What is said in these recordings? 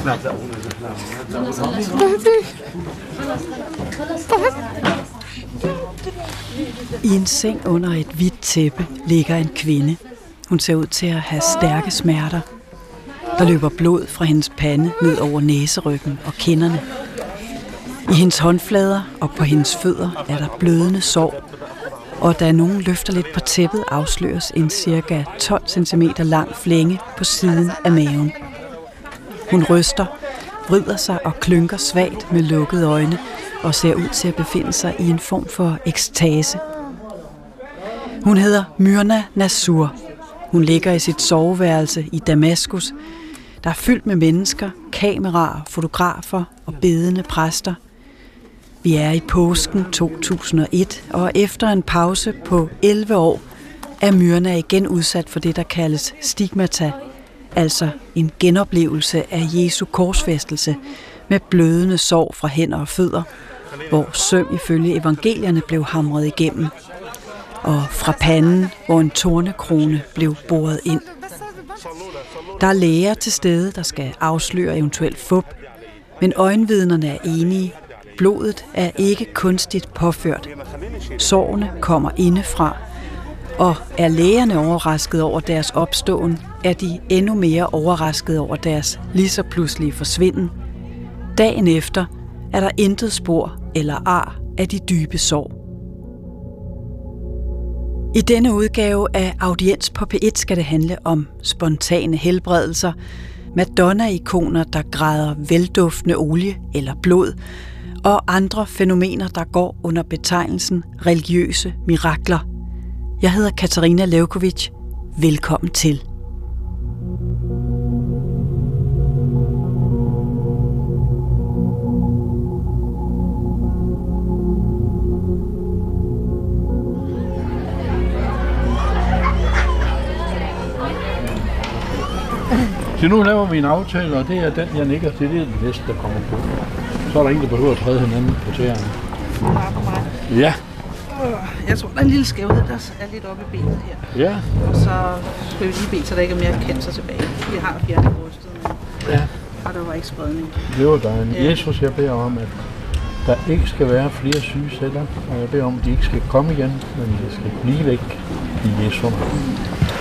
I en seng under et hvidt tæppe ligger en kvinde. Hun ser ud til at have stærke smerter. Der løber blod fra hendes pande ned over næseryggen og kinderne. I hendes håndflader og på hendes fødder er der blødende sår, og da nogen løfter lidt på tæppet, afsløres en cirka 12 cm lang flænge på siden af maven. Hun ryster, vrider sig og klynker svagt med lukkede øjne og ser ud til at befinde sig i en form for ekstase. Hun hedder Myrna Nasur. Hun ligger i sit soveværelse i Damaskus, der er fyldt med mennesker, kameraer, fotografer og bedende præster. Vi er i påsken 2001, og efter en pause på 11 år er Myrna igen udsat for det, der kaldes stigmata, altså en genoplevelse af Jesu korsfæstelse med blødende sår fra hænder og fødder, hvor søm ifølge evangelierne blev hamret igennem, og fra panden, hvor en tornekrone blev boret ind. Der er læger til stede, der skal afsløre eventuelt fup, men øjenvidnerne er enige. Blodet er ikke kunstigt påført. Sårene kommer indefra, og er lægerne overrasket over deres opståen, er de endnu mere overrasket over deres lige så pludselige forsvinden. Dagen efter er der intet spor eller ar af de dybe sår. I denne udgave af Audiens på P1 skal det handle om spontane helbredelser, Madonna-ikoner, der græder velduftende olie eller blod, og andre fænomener, der går under betegnelsen religiøse mirakler. Jeg hedder Katarina Levkovich. Velkommen til. Så nu laver vi en aftale, og det er den, jeg nikker til. Det er den næste, der kommer på. Så er der ingen, der behøver at træde hinanden på tæerne. Bare på mig. Ja. Jeg tror, der er en lille skævhed, der er lidt oppe i benet her. Ja. Og så skal vi lige bede, så der ikke er mere cancer tilbage. Vi har fjernet brystet, Ja. og der var ikke spredning. Det var dejligt. Jesus, jeg beder om, at der ikke skal være flere syge celler, og jeg beder om, at de ikke skal komme igen, men de skal blive væk i Jesu navn.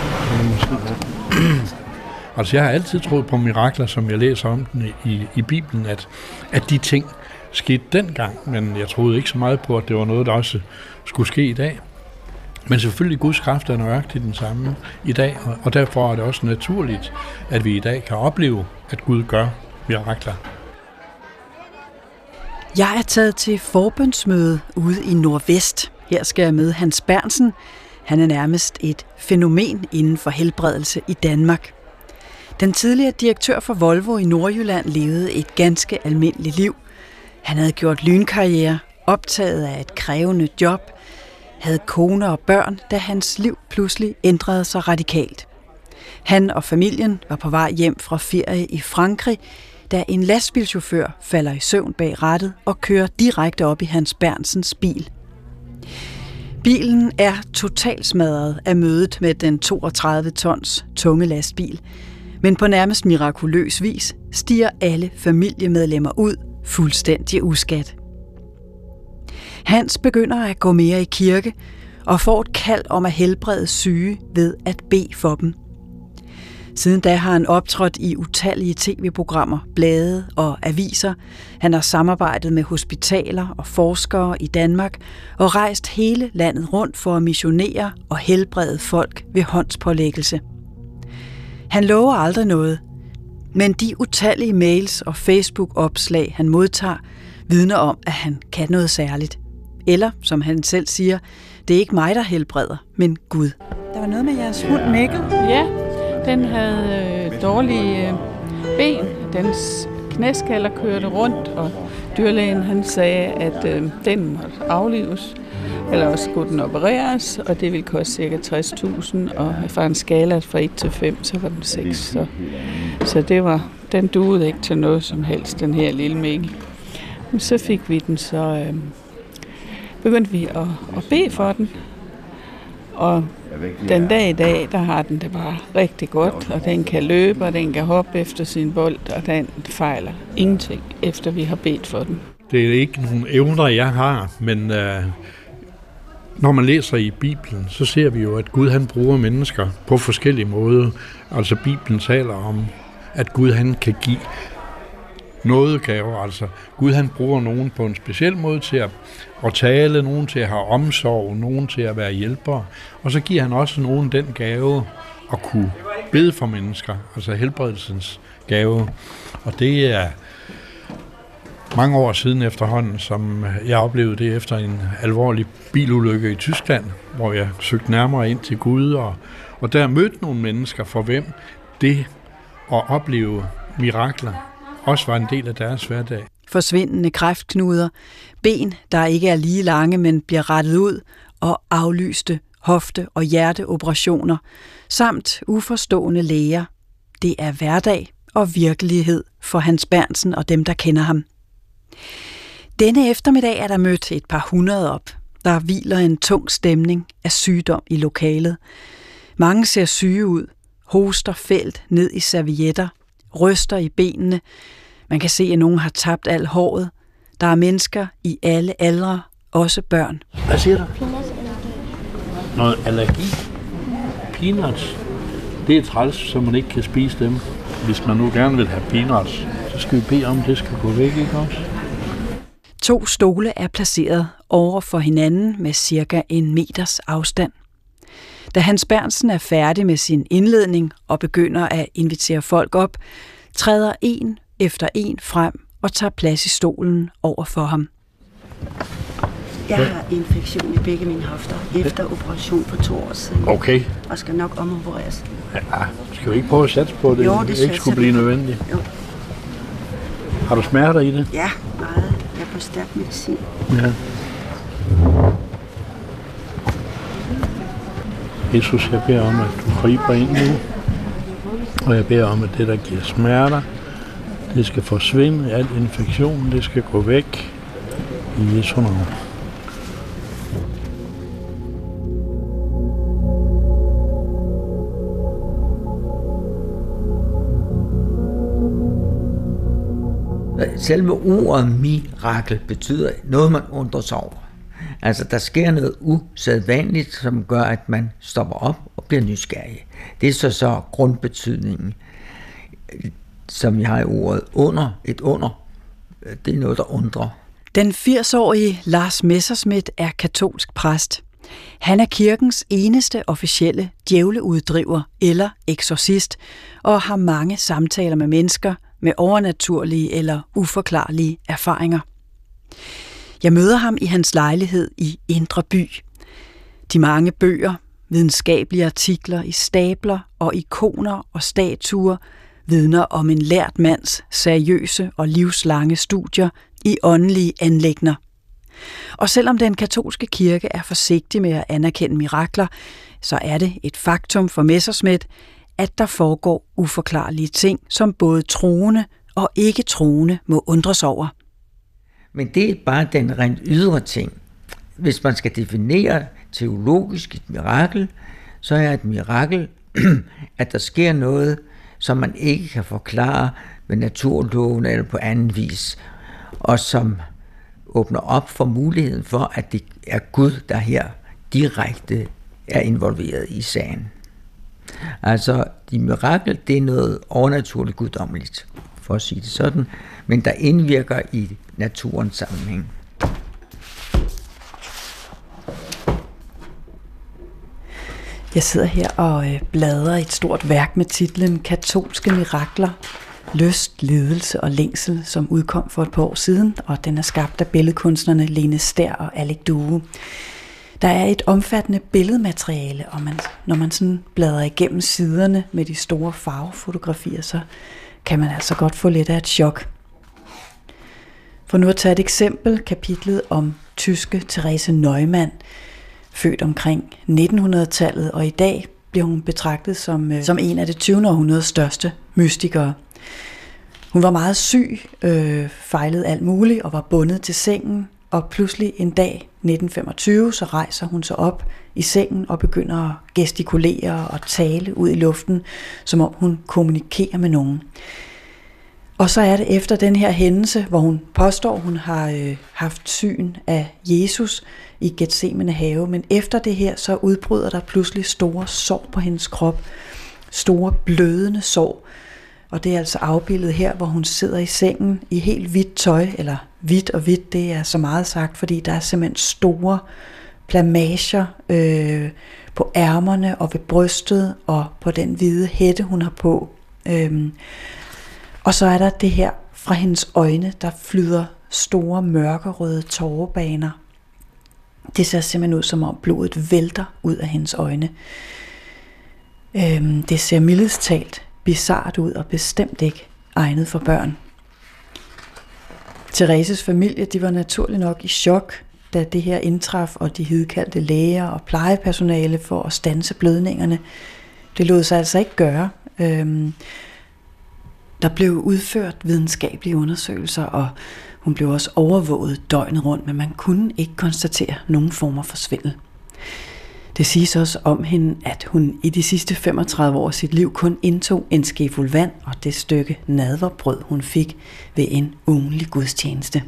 Altså, jeg har altid troet på mirakler, som jeg læser om den i Bibelen, at de ting skete dengang, men jeg troede ikke så meget på, at det var noget, der også skulle ske i dag. Men selvfølgelig, Guds kraft er nøjagtigt den samme i dag, og derfor er det også naturligt, at vi i dag kan opleve, at Gud gør mirakler. Jeg er taget til forbønsmøde ude i Nordvest. Her skal jeg møde Hans Berntsen. Han er nærmest et fænomen inden for helbredelse i Danmark. Den tidligere direktør for Volvo i Nordjylland levede et ganske almindeligt liv. Han havde gjort lynkarriere, optaget af et krævende job, havde kone og børn, da hans liv pludselig ændrede sig radikalt. Han og familien var på vej hjem fra ferie i Frankrig, da en lastbilchauffør falder i søvn bag rattet og kører direkte op i Hans Berntsens bil. Bilen er totalt smadret af mødet med den 32 tons tunge lastbil, men på nærmest mirakuløs vis stiger alle familiemedlemmer ud fuldstændig uskadt. Hans begynder at gå mere i kirke og får et kald om at helbrede syge ved at bede for dem. Siden da har han optrådt i utallige tv-programmer, blade og aviser. Han har samarbejdet med hospitaler og forskere i Danmark og rejst hele landet rundt for at missionere og helbrede folk ved håndspålæggelse. Han lover aldrig noget, men de utallige mails og Facebook-opslag, han modtager, vidner om, at han kan noget særligt. Eller, som han selv siger, det er ikke mig, der helbreder, men Gud. Der var noget med jeres hund, Mikkel. Ja, den havde dårlige ben. Dens knæskaller kørte rundt, og dyrlægen han sagde, at den måtte aflives. Eller også skulle den opereres, og det ville koste ca. 60.000, og fra en skala fra 1 til 5, så var den 6. Så det var, den duede ikke til noget som helst, den her lille Mikkel. Men så fik vi den, så begyndte vi at bede for den. Og den dag i dag, der har den det bare rigtig godt, og den kan løbe, og den kan hoppe efter sin bold, og den fejler ingenting, efter vi har bedt for den. Det er ikke nogle evner, jeg har, men når man læser i Bibelen, så ser vi jo, at Gud han bruger mennesker på forskellige måder. Altså Bibelen taler om, at Gud han kan give nådegaver. Altså Gud han bruger nogen på en speciel måde til at tale, nogen til at have omsorg, nogen til at være hjælpere. Og så giver han også nogen den gave at kunne bede for mennesker, altså helbredelsens gave. Og det er mange år siden efterhånden, som jeg oplevede det efter en alvorlig bilulykke i Tyskland, hvor jeg søgte nærmere ind til Gud, og der mødte nogle mennesker, for hvem det at opleve mirakler også var en del af deres hverdag. Forsvindende kræftknuder, ben, der ikke er lige lange, men bliver rettet ud, og aflyste hofte- og hjerteoperationer, samt uforstående læger. Det er hverdag og virkelighed for Hans Berntsen og dem, der kender ham. Denne eftermiddag er der mødt et par hundrede op. Der hviler en tung stemning af sygdom i lokalet. Mange ser syge ud, hoster fældt ned i servietter, ryster i benene. Man kan se, at nogen har tabt alt håret. Der er mennesker i alle aldre, også børn. Hvad siger du? Noget allergi? Peanuts? Det er træls, så man ikke kan spise dem. Hvis man nu gerne vil have peanuts, så skal vi bede om, det skal gå væk, ikke også? 2 stole er placeret over for hinanden med cirka 1 meters afstand. Da Hans Berntsen er færdig med sin indledning og begynder at invitere folk op, træder en efter en frem og tager plads i stolen over for ham. Jeg har infektion i begge mine hofter efter operation for 2 år siden. Okay. Og skal nok omopereres. Ja, skal vi ikke prøve at satse på, at det ikke skulle blive nødvendigt? Jo. Har du smerter i det? Ja, meget. Jeg er på stærk medicin. Ja. Jesus, jeg beder om, at du griber ind nu. Og jeg beder om, at det, der giver smerter, det skal forsvinde. Al infektion, det skal gå væk. I Jesu navn. Selve ordet mirakel betyder noget, man undrer sig over. Altså, der sker noget usædvanligt, som gør, at man stopper op og bliver nysgerrig. Det er så grundbetydningen, som jeg har i ordet under. Et under, det er noget, der undrer. Den 80-årige Lars Messerschmidt er katolsk præst. Han er kirkens eneste officielle djævleuddriver eller eksorcist, og har mange samtaler med mennesker med overnaturlige eller uforklarlige erfaringer. Jeg møder ham i hans lejlighed i Indre By. De mange bøger, videnskabelige artikler i stabler og ikoner og statuer vidner om en lært mands seriøse og livslange studier i åndelige anliggender. Og selvom den katolske kirke er forsigtig med at anerkende mirakler, så er det et faktum for Messerschmidt, at der foregår uforklarlige ting, som både troende og ikke troende må undres over. Men det er bare den rent ydre ting. Hvis man skal definere teologisk et mirakel, så er et mirakel, at der sker noget, som man ikke kan forklare med naturloven eller på anden vis, og som åbner op for muligheden for, at det er Gud, der her direkte er involveret i sagen. Altså, de mirakel, det er noget overnaturligt guddommeligt, for at sige det sådan, men der indvirker i naturens sammenhæng. Jeg sidder her og bladrer et stort værk med titlen Katolske mirakler, lyst, lidelse og længsel, som udkom for et par år siden, og den er skabt af billedkunstnerne Lene Stær og Alec Due. Der er et omfattende billedmateriale, og når man sådan bladrer igennem siderne med de store farvefotografier, så kan man altså godt få lidt af et chok. For nu at tage et eksempel, kapitlet om tyske Therese Neumann, født omkring 1900-tallet, og i dag bliver hun betragtet som en af det 20. århundredes største mystikere. Hun var meget syg, fejlede alt muligt og var bundet til sengen og pludselig en dag 1925, så rejser hun sig op i sengen og begynder at gestikulere og tale ud i luften, som om hun kommunikerer med nogen. Og så er det efter den her hændelse, hvor hun påstår, hun har haft syn af Jesus i Getsemane have, men efter det her, så udbryder der pludselig store sår på hendes krop, store blødende sår. Og det er altså afbildet her, hvor hun sidder i sengen i helt hvidt tøj, eller hvidt og hvidt, det er så meget sagt, fordi der er simpelthen store plamager på ærmerne og ved brystet og på den hvide hætte, hun har på. Og så er der det her fra hendes øjne, der flyder store mørkerøde tårebaner. Det ser simpelthen ud, som om blodet vælter ud af hendes øjne. Det ser mildest talt bizart ud og bestemt ikke egnet for børn. Thereses familie, de var naturligt nok i chok, da det her indtraf, og de hidkaldte læger og plejepersonale for at standse blødningerne. Det lod sig altså ikke gøre. Der blev udført videnskabelige undersøgelser, og hun blev også overvåget døgnet rundt, men man kunne ikke konstatere nogen former for svindel. Det siges også om hende, at hun i de sidste 35 år af sit liv kun indtog en skefuld vand og det stykke nadverbrød, hun fik ved en ugentlig gudstjeneste.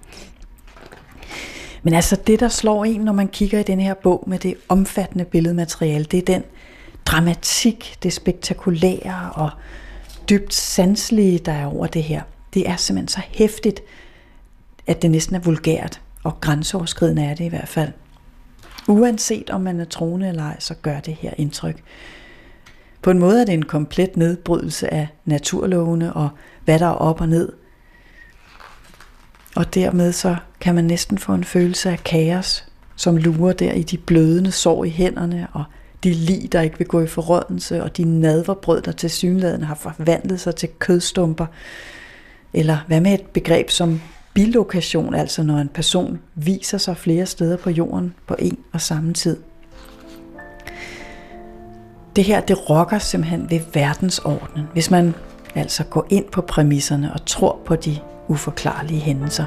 Men altså det, der slår en, når man kigger i den her bog med det omfattende billedmateriale, det er den dramatik, det spektakulære og dybt sanselige, der er over det her. Det er simpelthen så heftigt, at det næsten er vulgært, og grænseoverskridende er det i hvert fald. Uanset om man er troende eller ej, så gør det her indtryk. På en måde er det en komplet nedbrydelse af naturlovene og hvad der er op og ned. Og dermed så kan man næsten få en følelse af kaos, som lurer der i de blødende sår i hænderne, og de lig, der ikke vil gå i forrådnelse, og de nadverbrød, der tilsyneladende har forvandlet sig til kødstumper. Eller hvad med et begreb som bilokation, altså når en person viser sig flere steder på jorden på en og samme tid. Det her, det rokker simpelthen ved verdensordenen, hvis man altså går ind på præmisserne og tror på de uforklarlige hændelser.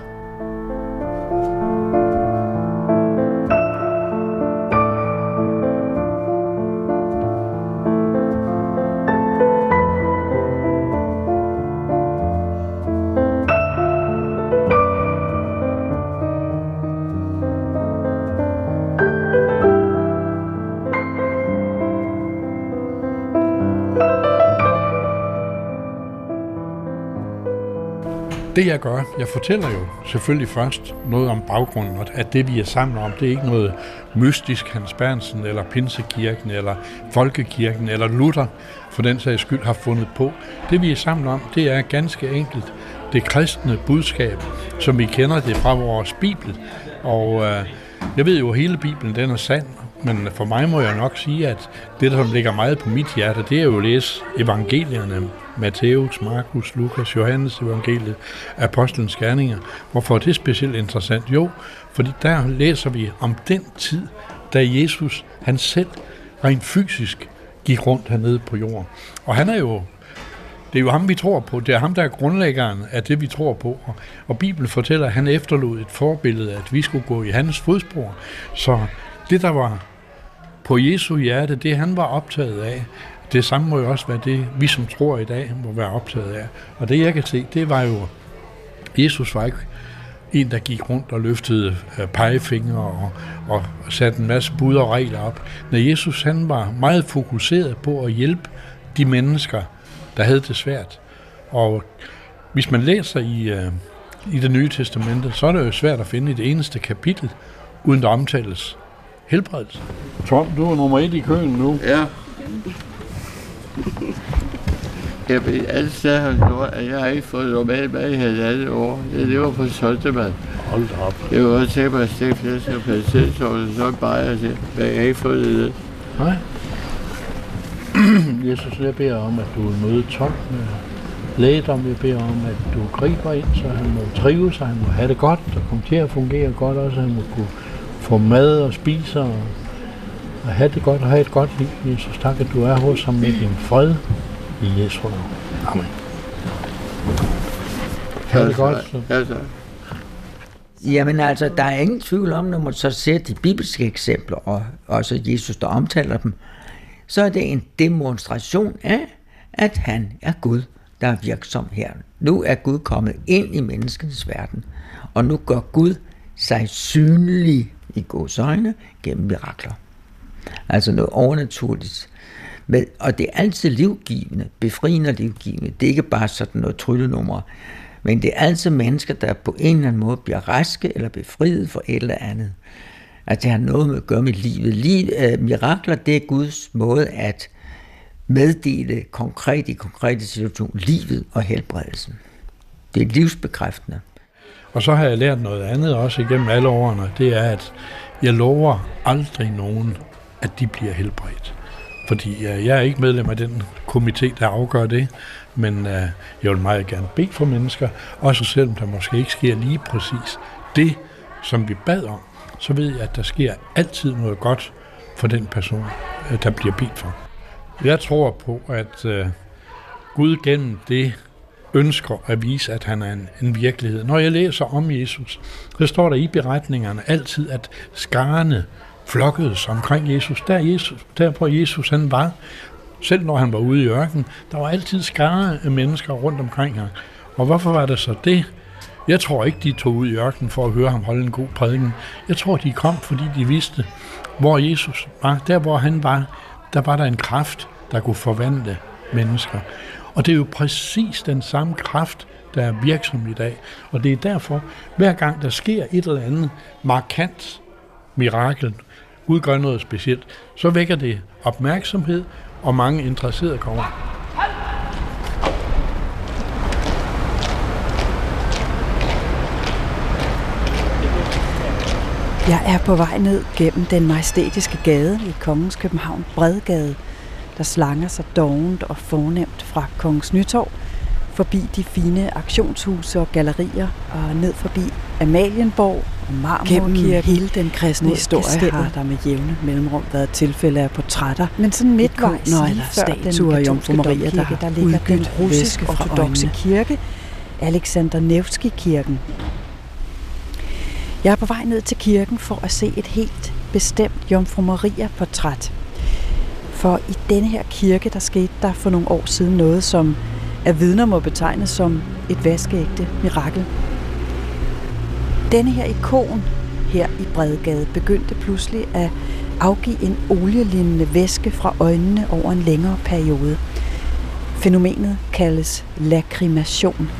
Det jeg gør, jeg fortæller jo selvfølgelig først noget om baggrunden, og at det vi er sammen om, det er ikke noget mystisk, Hans Berntsen eller Pinsekirken eller Folkekirken eller Luther for den sags skyld har fundet på. Det vi er sammen om, det er ganske enkelt det kristne budskab, som vi kender det fra vores Bibel. Og jeg ved jo, at hele Bibelen den er sand, men for mig må jeg nok sige, at det, der ligger meget på mit hjerte, det er jo at læse evangelierne. Matthæus, Markus, Lukas, Johannes evangeliet, Apostlenes gerninger. Hvorfor er det specielt interessant? Jo, fordi der læser vi om den tid, da Jesus, han selv rent fysisk gik rundt hernede på jorden. Og han er jo, det er jo ham, vi tror på. Det er ham, der er grundlæggeren af det, vi tror på. Og Bibelen fortæller, at han efterlod et forbillede, at vi skulle gå i hans fodspor. Så det, der var på Jesu hjerte, det han var optaget af, det samme må jo også være det, vi som tror i dag må være optaget af. Og det jeg kan se, det var jo, Jesus var ikke en, der gik rundt og løftede pegefingre og satte en masse bud og regler op. Når Jesus han var meget fokuseret på at hjælpe de mennesker, der havde det svært. Og hvis man læser i det nye testamente, så er det jo svært at finde et eneste kapitel, uden der omtales helbredelse. Tom, du er nummer 1 i køen nu. Ja. Jeg ved, alle steder har gjort, at jeg har ikke fået normal mad i 1,5 år. Jeg lever på soltemand. Hold da op. Jeg vil også tænke mig at stikke flæsk og pastellsovs, og så bare jeg til, men jeg har ikke fået det. Nej. Jesus, jeg beder om, at du vil møde Tom med lægedom. Jeg beder om, at du griber ind, så han må trives, så han må have det godt, og komme til at fungere godt også. Han må kunne få mad og spise og have det godt og have et godt liv. Jesus, tak, at du er hos ham med din fred i Jesu navn. Amen. Ha' det godt. Så. Ja, tak. Jamen altså, der er ingen tvivl om, når man så ser de bibelske eksempler, og også Jesus, der omtaler dem, så er det en demonstration af, at han er Gud, der er virksom her. Nu er Gud kommet ind i menneskens verden, og nu gør Gud sig synlig i Guds øjne gennem mirakler. Altså noget overnaturligt. Og det er altid livgivende, befriende og livgivende. Det er ikke bare sådan noget tryllenummer. Men det er altid mennesker, der på en eller anden måde bliver raske eller befriet for et eller andet. Altså det har noget med at gøre med livet. Mirakler, det er Guds måde at meddele konkret i konkrete situationer livet og helbredelsen. Det er livsbekræftende. Og så har jeg lært noget andet også igennem alle årene. Det er, at jeg lover aldrig nogen, at de bliver helbredt. Fordi jeg er ikke medlem af den komité, der afgør det, men jeg vil meget gerne bede for mennesker, også selvom der måske ikke sker lige præcis det, som vi bad om, så ved jeg, at der sker altid noget godt for den person, der bliver bedt for. Jeg tror på, at Gud gennem det ønsker at vise, at han er en virkelighed. Når jeg læser om Jesus, så står der i beretningerne altid, at skarne flokkedes omkring Jesus. Der hvor Jesus han var, selv når han var ude i ørkenen, der var altid skare af mennesker rundt omkring ham. Og hvorfor var det så det? Jeg tror ikke, de tog ud i ørkenen for at høre ham holde en god prædiken. Jeg tror, de kom, fordi de vidste, hvor Jesus var. Der hvor han var, der var der en kraft, der kunne forvandle mennesker. Og det er jo præcis den samme kraft, der er virksom i dag. Og det er derfor, hver gang der sker et eller andet markant mirakel, Gud gør noget specielt, så vækker det opmærksomhed, og mange interesserede kommer. Jeg er på vej ned gennem den majestætiske gade i Kongens København, Bredgade, der slanger sig dovent og fornemt fra Kongens Nytorv, forbi de fine auktionshuse og gallerier og ned forbi Amalienborg og Marmorkirken. Gennem hele den kristne historie har der med jævne mellemrum været tilfælde af portrætter, men sådan midtvejs eller statuer af Jomfru Maria, der ligger den russisk-ortodokse kirke, Alexander Nevski-kirken. Jeg er på vej ned til kirken for at se et helt bestemt Jomfru Maria-portræt. For i denne her kirke, der skete der for nogle år siden noget, som af vidner må betegnes som et vaskeægte mirakel. Denne her ikon her i Bredgade begyndte pludselig at afgive en olielignende væske fra øjnene over en længere periode. Fænomenet kaldes lakrimation.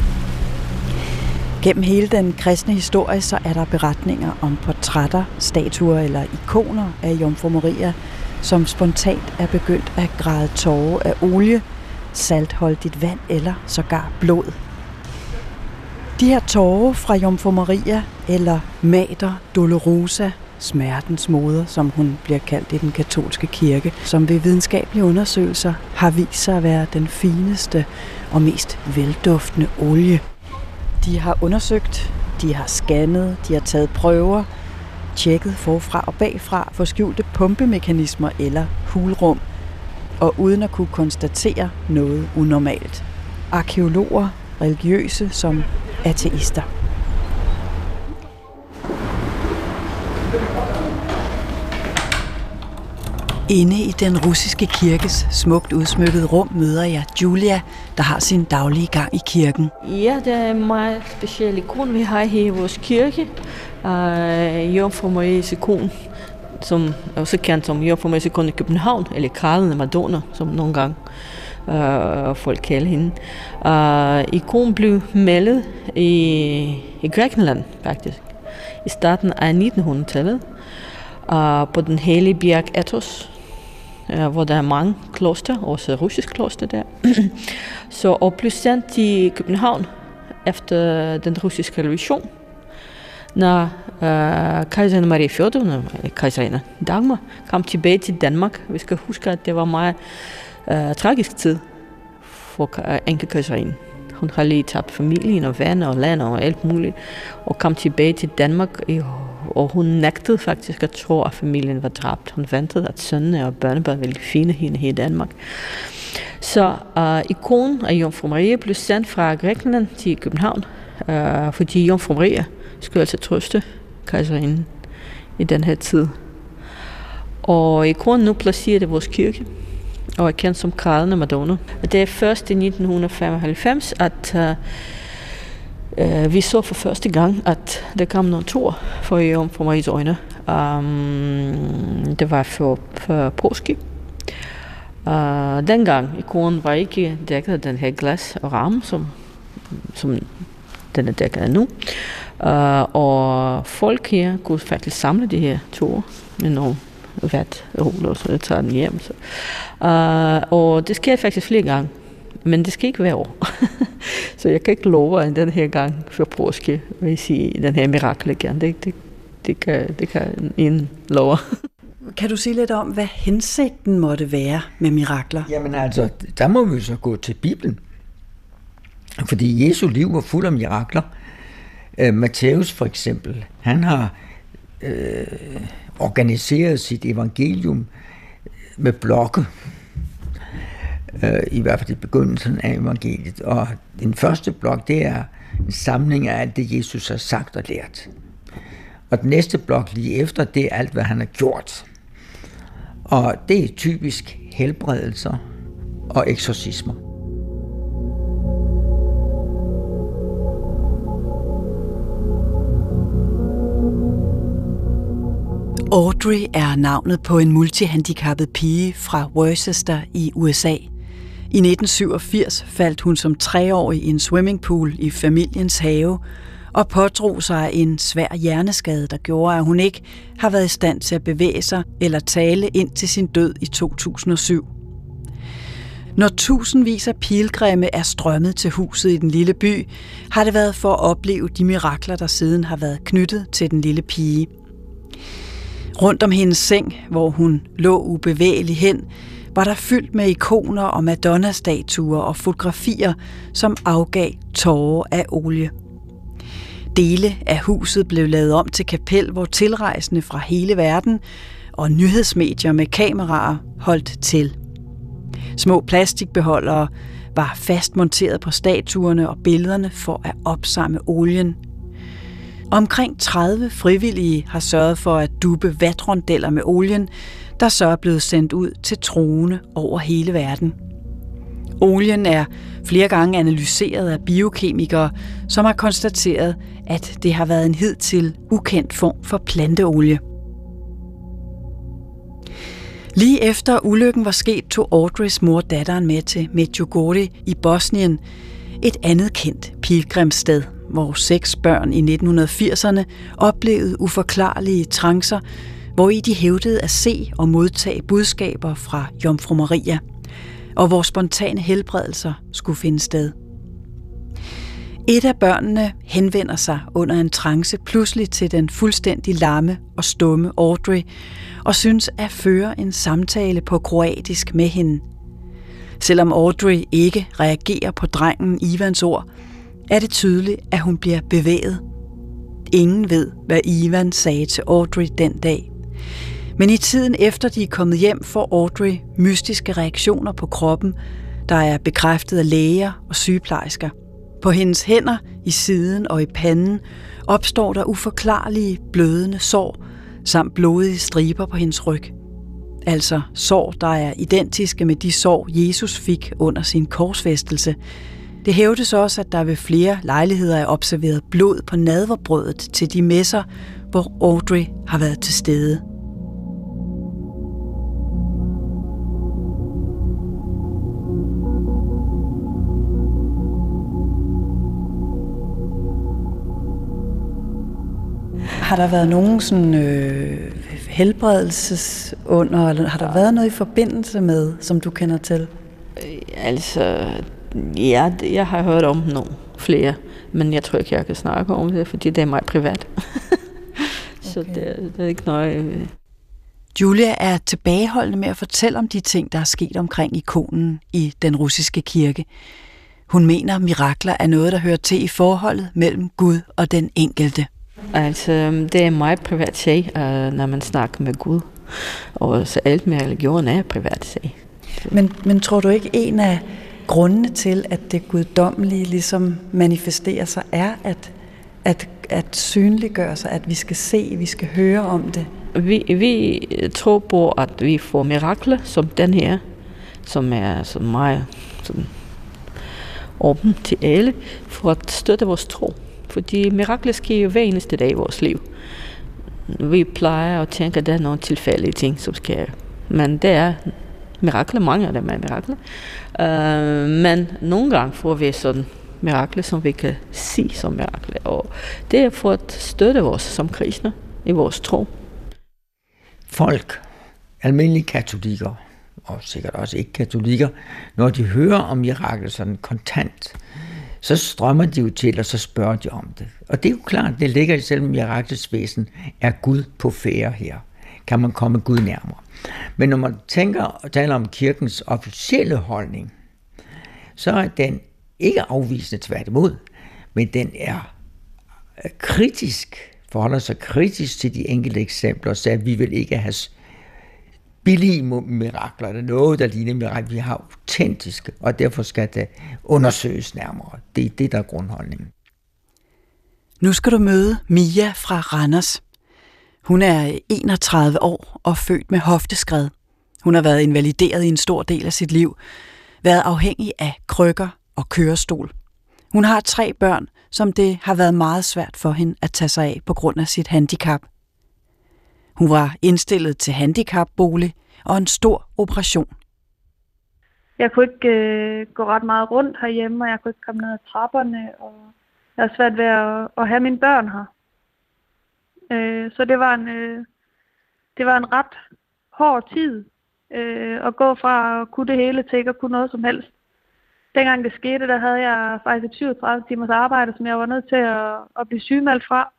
Gennem hele den kristne historie, så er der beretninger om portrætter, statuer eller ikoner af Jomfru Maria, som spontant er begyndt at græde tårer af olie, saltholdigt vand eller sågar blod. De her tårer fra Jomfru Maria, eller Mater Dolorosa, smertens moder, som hun bliver kaldt i den katolske kirke, som ved videnskabelige undersøgelser har vist sig at være den fineste og mest velduftende olie. De har undersøgt, de har scannet, de har taget prøver, tjekket forfra og bagfra for skjulte pumpemekanismer eller hulrum, og uden at kunne konstatere noget unormalt. Arkæologer, religiøse som ateister. Inde i den russiske kirkes smukt udsmykkede rum møder jeg Julia, der har sin daglige gang i kirken. Ja, det er en meget speciel ikon, vi har her i vores kirke. Jomfru Marias ikon, som er også kendt som Jomfru Marias ikon i København, eller Grædende Madonna, som nogle gange folk kalder hende. Ikonen blev malet i Grækenland, faktisk, i starten af 1900-tallet. På den hellige bjerg Athos, hvor der er mange kloster, også russisk kloster der. Og blev sendt til København efter den russiske revolution, når kejserinde Maria Fjodorna, eller kejserinde Dagmar, kom tilbage til Danmark. Vi skal huske, at det var meget tragisk tid for enkekejserinde. Hun har lige tabt familien og venner og land og alt muligt, og kom tilbage til Danmark, og hun nægtede faktisk at tro, at familien var dræbt. Hun ventede, at sønnene og børnebørn ville finde hende her i Danmark. Så ikonen af Jomfru Maria blev sendt fra Grækenland til København, fordi Jomfru Maria skulle altså trøste kejserinden i den her tid. Og ikonen nu placeret i vores kirke, og er kendt som grædende Madonna. Det er først i 1995, at vi så for første gang, at der kom nogle tur for Jomfru Maries øjne. Det var for påske. Dengang ikonen var ikke dækket af den her glas og ramme, som den er dækket af nu. Og folk her kunne faktisk samle de her tur med nogle vatruller, så jeg tager den hjem. Så. Og det sker faktisk flere gange, men det skal ikke være år. Så jeg kan ikke love, at den her gang for påske, vil jeg sige, den her mirakel igen. Det kan en love. Kan du sige lidt om, hvad hensigten måtte være med mirakler? Jamen altså, der må vi så gå til Bibelen. Fordi Jesu liv var fuld af mirakler. Matthæus for eksempel, han har organiseret sit evangelium med blokke. I hvert fald i begyndelsen af evangeliet. Og den første blok, det er en samling af alt det, Jesus har sagt og lært. Og den næste blok lige efter, det er alt, hvad han har gjort. Og det er typisk helbredelser og eksorcismer. Audrey er navnet på en multihandicappet pige fra Worcester i USA. I 1987 faldt hun som 3-årig i en swimmingpool i familiens have og pådrog sig en svær hjerneskade, der gjorde, at hun ikke har været i stand til at bevæge sig eller tale ind til sin død i 2007. Når tusindvis af pilgrimme er strømmet til huset i den lille by, har det været for at opleve de mirakler, der siden har været knyttet til den lille pige. Rundt om hendes seng, hvor hun lå ubevægelig hen, var der fyldt med ikoner og Madonna-statuer og fotografier, som afgav tårer af olie. Dele af huset blev lavet om til kapel, hvor tilrejsende fra hele verden og nyhedsmedier med kameraer holdt til. Små plastikbeholdere var fast monteret på statuerne og billederne for at opsamle olien. Omkring 30 frivillige har sørget for at duppe vatrondeller med olien, der så er blevet sendt ud til troende over hele verden. Olien er flere gange analyseret af biokemikere, som har konstateret, at det har været en hidtil ukendt form for planteolie. Lige efter ulykken var sket, tog Audreys mor datteren med til Medjugorje i Bosnien, et andet kendt pilgrimssted, hvor 6 børn i 1980'erne oplevede uforklarlige trancer, hvori de hævdede at se og modtage budskaber fra Jomfru Maria, og hvor spontane helbredelser skulle finde sted. Et af børnene henvender sig under en trance pludselig til den fuldstændig lamme og stumme Audrey, og synes at føre en samtale på kroatisk med hende. Selvom Audrey ikke reagerer på drengen Ivans ord, er det tydeligt, at hun bliver bevæget. Ingen ved, hvad Ivan sagde til Audrey den dag. Men i tiden efter de er kommet hjem, får Audrey mystiske reaktioner på kroppen, der er bekræftet af læger og sygeplejersker. På hendes hænder, i siden og i panden opstår der uforklarlige blødende sår, samt blodige striber på hendes ryg. Altså sår, der er identiske med de sår, Jesus fik under sin korsfæstelse. Det hævdes også, at der ved flere lejligheder er observeret blod på nadverbrødet til de messer, hvor Audrey har været til stede. Har der været nogen sådan helbredelsesunder, eller har der været noget i forbindelse med, som du kender til? Altså, ja, jeg har hørt om nogle flere, men jeg tror ikke, jeg kan snakke om det, fordi det er meget privat. Så okay. det er ikke noget. Julia er tilbageholdende med at fortælle om de ting, der er sket omkring ikonen i den russiske kirke. Hun mener, mirakler er noget, der hører til i forholdet mellem Gud og den enkelte. Altså, det er en meget privat sag, når man snakker med Gud. Og så alt med religion er privat sag. Men tror du ikke, en af grundene til, at det guddommelige ligesom manifesterer sig, er, at synliggøre sig, at vi skal se, vi skal høre om det? Vi tror på, at vi får mirakler som den her, som er så meget sådan, åben til alle, for at støtte vores tro. Fordi mirakler sker jo hver eneste dag i vores liv. Vi plejer at tænke, at der er nogle tilfældige ting, som sker. Men det er mirakler, mange af dem er mirakler. Men nogle gange får vi sådan mirakler, som vi kan se som mirakler. Og det er for at støtte os som kristne i vores tro. Folk, almindelige katolikker, og sikkert også ikke katolikker, når de hører om mirakler sådan kontant, så strømmer de jo til, og så spørger de om det. Og det er jo klart, det ligger i selve miraklets væsen, er Gud på færde her. Kan man komme Gud nærmere. Men når man taler om kirkens officielle holdning, så er den ikke afvisende, tværtimod, men den er kritisk, forholder sig kritisk til de enkelte eksempler, og siger, at vi vil ikke have billige mirakler, eller noget, der ligner mirakler. Vi har autentiske, og derfor skal det undersøges nærmere. Det er det, der er grundholdningen. Nu skal du møde Mia fra Randers. Hun er 31 år og født med hofteskred. Hun har været invalideret i en stor del af sit liv, været afhængig af krykker og kørestol. Hun har 3 børn, som det har været meget svært for hende at tage sig af på grund af sit handicap. Hun var indstillet til handicapbolig og en stor operation. Jeg kunne ikke gå ret meget rundt herhjemme, og jeg kunne ikke komme ned ad trapperne, og jeg har svært ved at have mine børn her. Så det var en ret hård tid at gå fra at kunne det hele til ikke at kunne noget som helst. Dengang det skete, der havde jeg faktisk 37 timers arbejde, som jeg var nødt til at blive sygemeldt fra.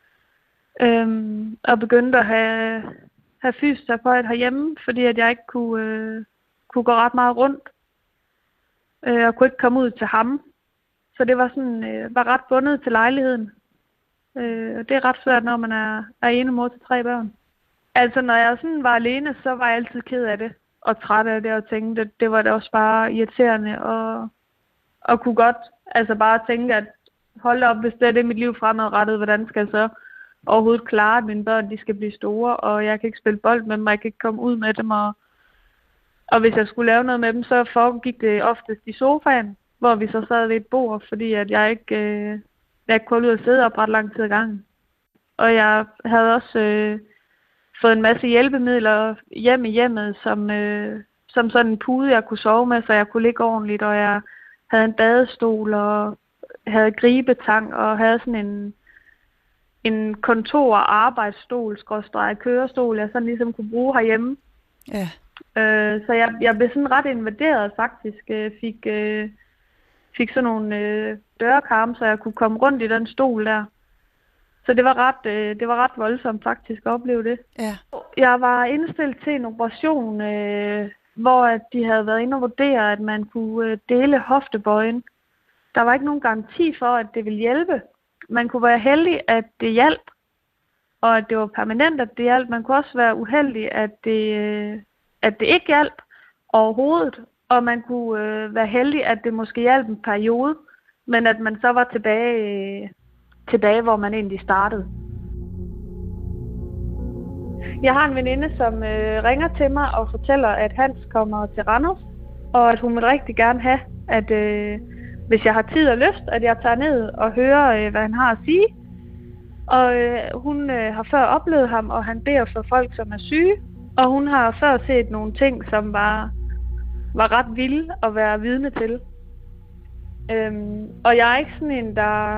Og begyndte at have fysioterapeut herhjemme, fordi at jeg ikke kunne gå ret meget rundt. Og kunne ikke komme ud til ham. Så det var var ret bundet til lejligheden. Det er ret svært, når man er ene mor til 3 børn. Altså, når jeg sådan var alene, så var jeg altid ked af det. Og træt af det, og tænkte, at det var da også bare irriterende. Og kunne godt bare tænke, at hold op, hvis det er det mit liv fremadrettet, hvordan skal jeg så overhovedet klare, at mine børn de skal blive store, og jeg kan ikke spille bold med dem, og jeg kan ikke komme ud med dem. Og hvis jeg skulle lave noget med dem, så foregik det oftest i sofaen, hvor vi så sad ved et bord, fordi at jeg ikke kunne ud og sidde op ret lang tid ad gangen. Og jeg havde også fået en masse hjælpemidler hjem i hjemmet, som sådan en pude, jeg kunne sove med, så jeg kunne ligge ordentligt, og jeg havde en badestol, og havde gribetang, og havde sådan en kontor- og arbejdsstol, kørestol, jeg sådan ligesom kunne bruge herhjemme. Ja. Så jeg blev sådan ret invaderet faktisk. Fik sådan nogle dørkarme, så jeg kunne komme rundt i den stol der. Så det var ret voldsomt faktisk at opleve det. Ja. Jeg var indstillet til en operation, hvor at de havde været inde og vurdere, at man kunne dele hoftebøjen. Der var ikke nogen garanti for, at det ville hjælpe. Man kunne være heldig, at det hjalp, og at det var permanent, at det hjalp. Man kunne også være uheldig, at det ikke hjalp overhovedet. Og man kunne være heldig, at det måske hjalp en periode, men at man så var tilbage, hvor man egentlig startede. Jeg har en veninde, som ringer til mig og fortæller, at Hans kommer til Randers, og at hun vil rigtig gerne have, at hvis jeg har tid og lyst, at jeg tager ned og hører, hvad han har at sige. Og hun har før oplevet ham, og han beder for folk, som er syge. Og hun har før set nogle ting, som var ret vilde at være vidne til. Og jeg er ikke sådan en,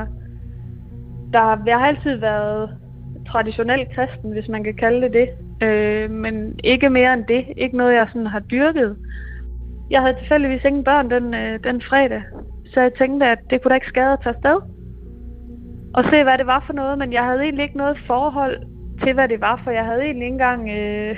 jeg har altid været traditionel kristen, hvis man kan kalde det. Men ikke mere end det. Ikke noget, jeg sådan har dyrket. Jeg havde tilfældigvis ingen børn den fredag. Så jeg tænkte, at det kunne da ikke skade at tage afsted. Og se, hvad det var for noget. Men jeg havde egentlig ikke noget forhold til, hvad det var. For jeg havde egentlig ikke engang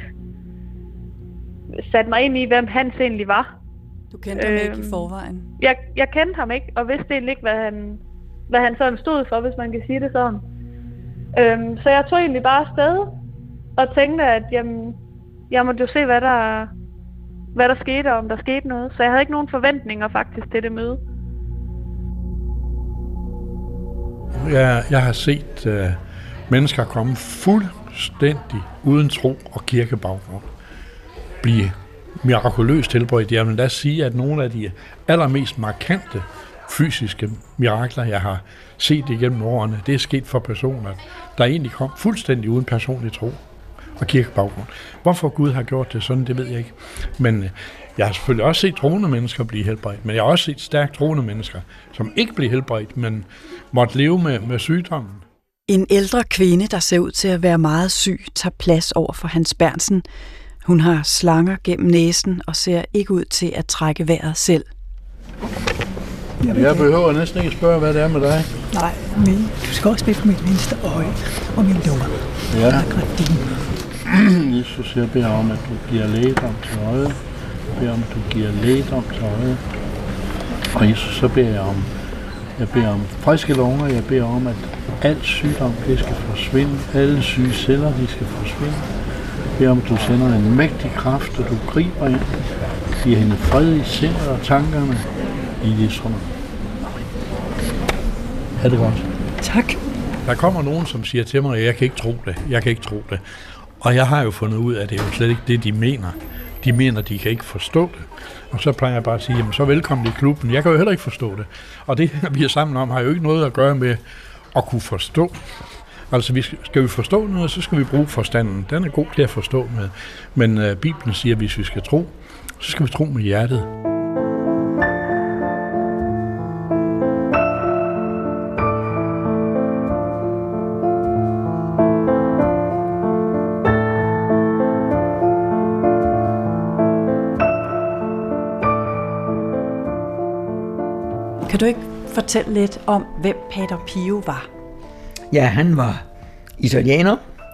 sat mig ind i, hvem Hans egentlig var. Du kendte ham ikke i forvejen? Jeg kendte ham ikke, og vidste egentlig ikke, hvad han sådan stod for, hvis man kan sige det sådan. Så jeg tog egentlig bare afsted og tænkte, at jeg måtte jo se, hvad der skete, og om der skete noget. Så jeg havde ikke nogen forventninger faktisk til det møde. Jeg har set mennesker komme fuldstændig uden tro og kirkebaggrund blive mirakuløst helbredt. Jeg vil da sige, at nogle af de allermest markante fysiske mirakler, jeg har set igennem årene, det er sket for personer, der egentlig kom fuldstændig uden personlig tro og kirkebaggrund. Hvorfor Gud har gjort det sådan, det ved jeg ikke. Men jeg har selvfølgelig også set troende mennesker blive helbredt, men jeg har også set stærkt troende mennesker, som ikke blev helbredt, men måtte leve med sygdommen. En ældre kvinde, der ser ud til at være meget syg, tager plads over for Hans Berntsen. Hun har slanger gennem næsen og ser ikke ud til at trække vejret selv. Jeg behøver næsten ikke spørge, hvad det er med dig. Nej, men du skal også spille på mit venstre øje og min lunger. Ja. Jesus, jeg beder om, at du giver lægedom til øjet. Jeg beder om, at du giver lægedom til øjet. Og Jesus, så beder jeg om friske lunger. Jeg beder om, at al sygdom, det skal forsvinde. Alle syge celler, de skal forsvinde. Jeg beder om, at du sender en mægtig kraft, og du griber ind. Giver hende fred i sindet og tankerne. I Jesu navn. Ha' det godt. Tak. Der kommer nogen, som siger til mig, at jeg kan ikke tro det. Og jeg har jo fundet ud af, at det er jo slet ikke det, de mener. De mener, de kan ikke forstå det. Og så plejer jeg bare at sige, jamen så velkommen i klubben. Jeg kan jo heller ikke forstå det. Og det, vi er sammen om, har jo ikke noget at gøre med at kunne forstå. Altså, skal vi forstå noget, så skal vi bruge forstanden. Den er god til at forstå med. Men Bibelen siger, at hvis vi skal tro, så skal vi tro med hjertet. Kan du ikke fortælle lidt om, hvem Pater Pio var? Ja, han var italiener,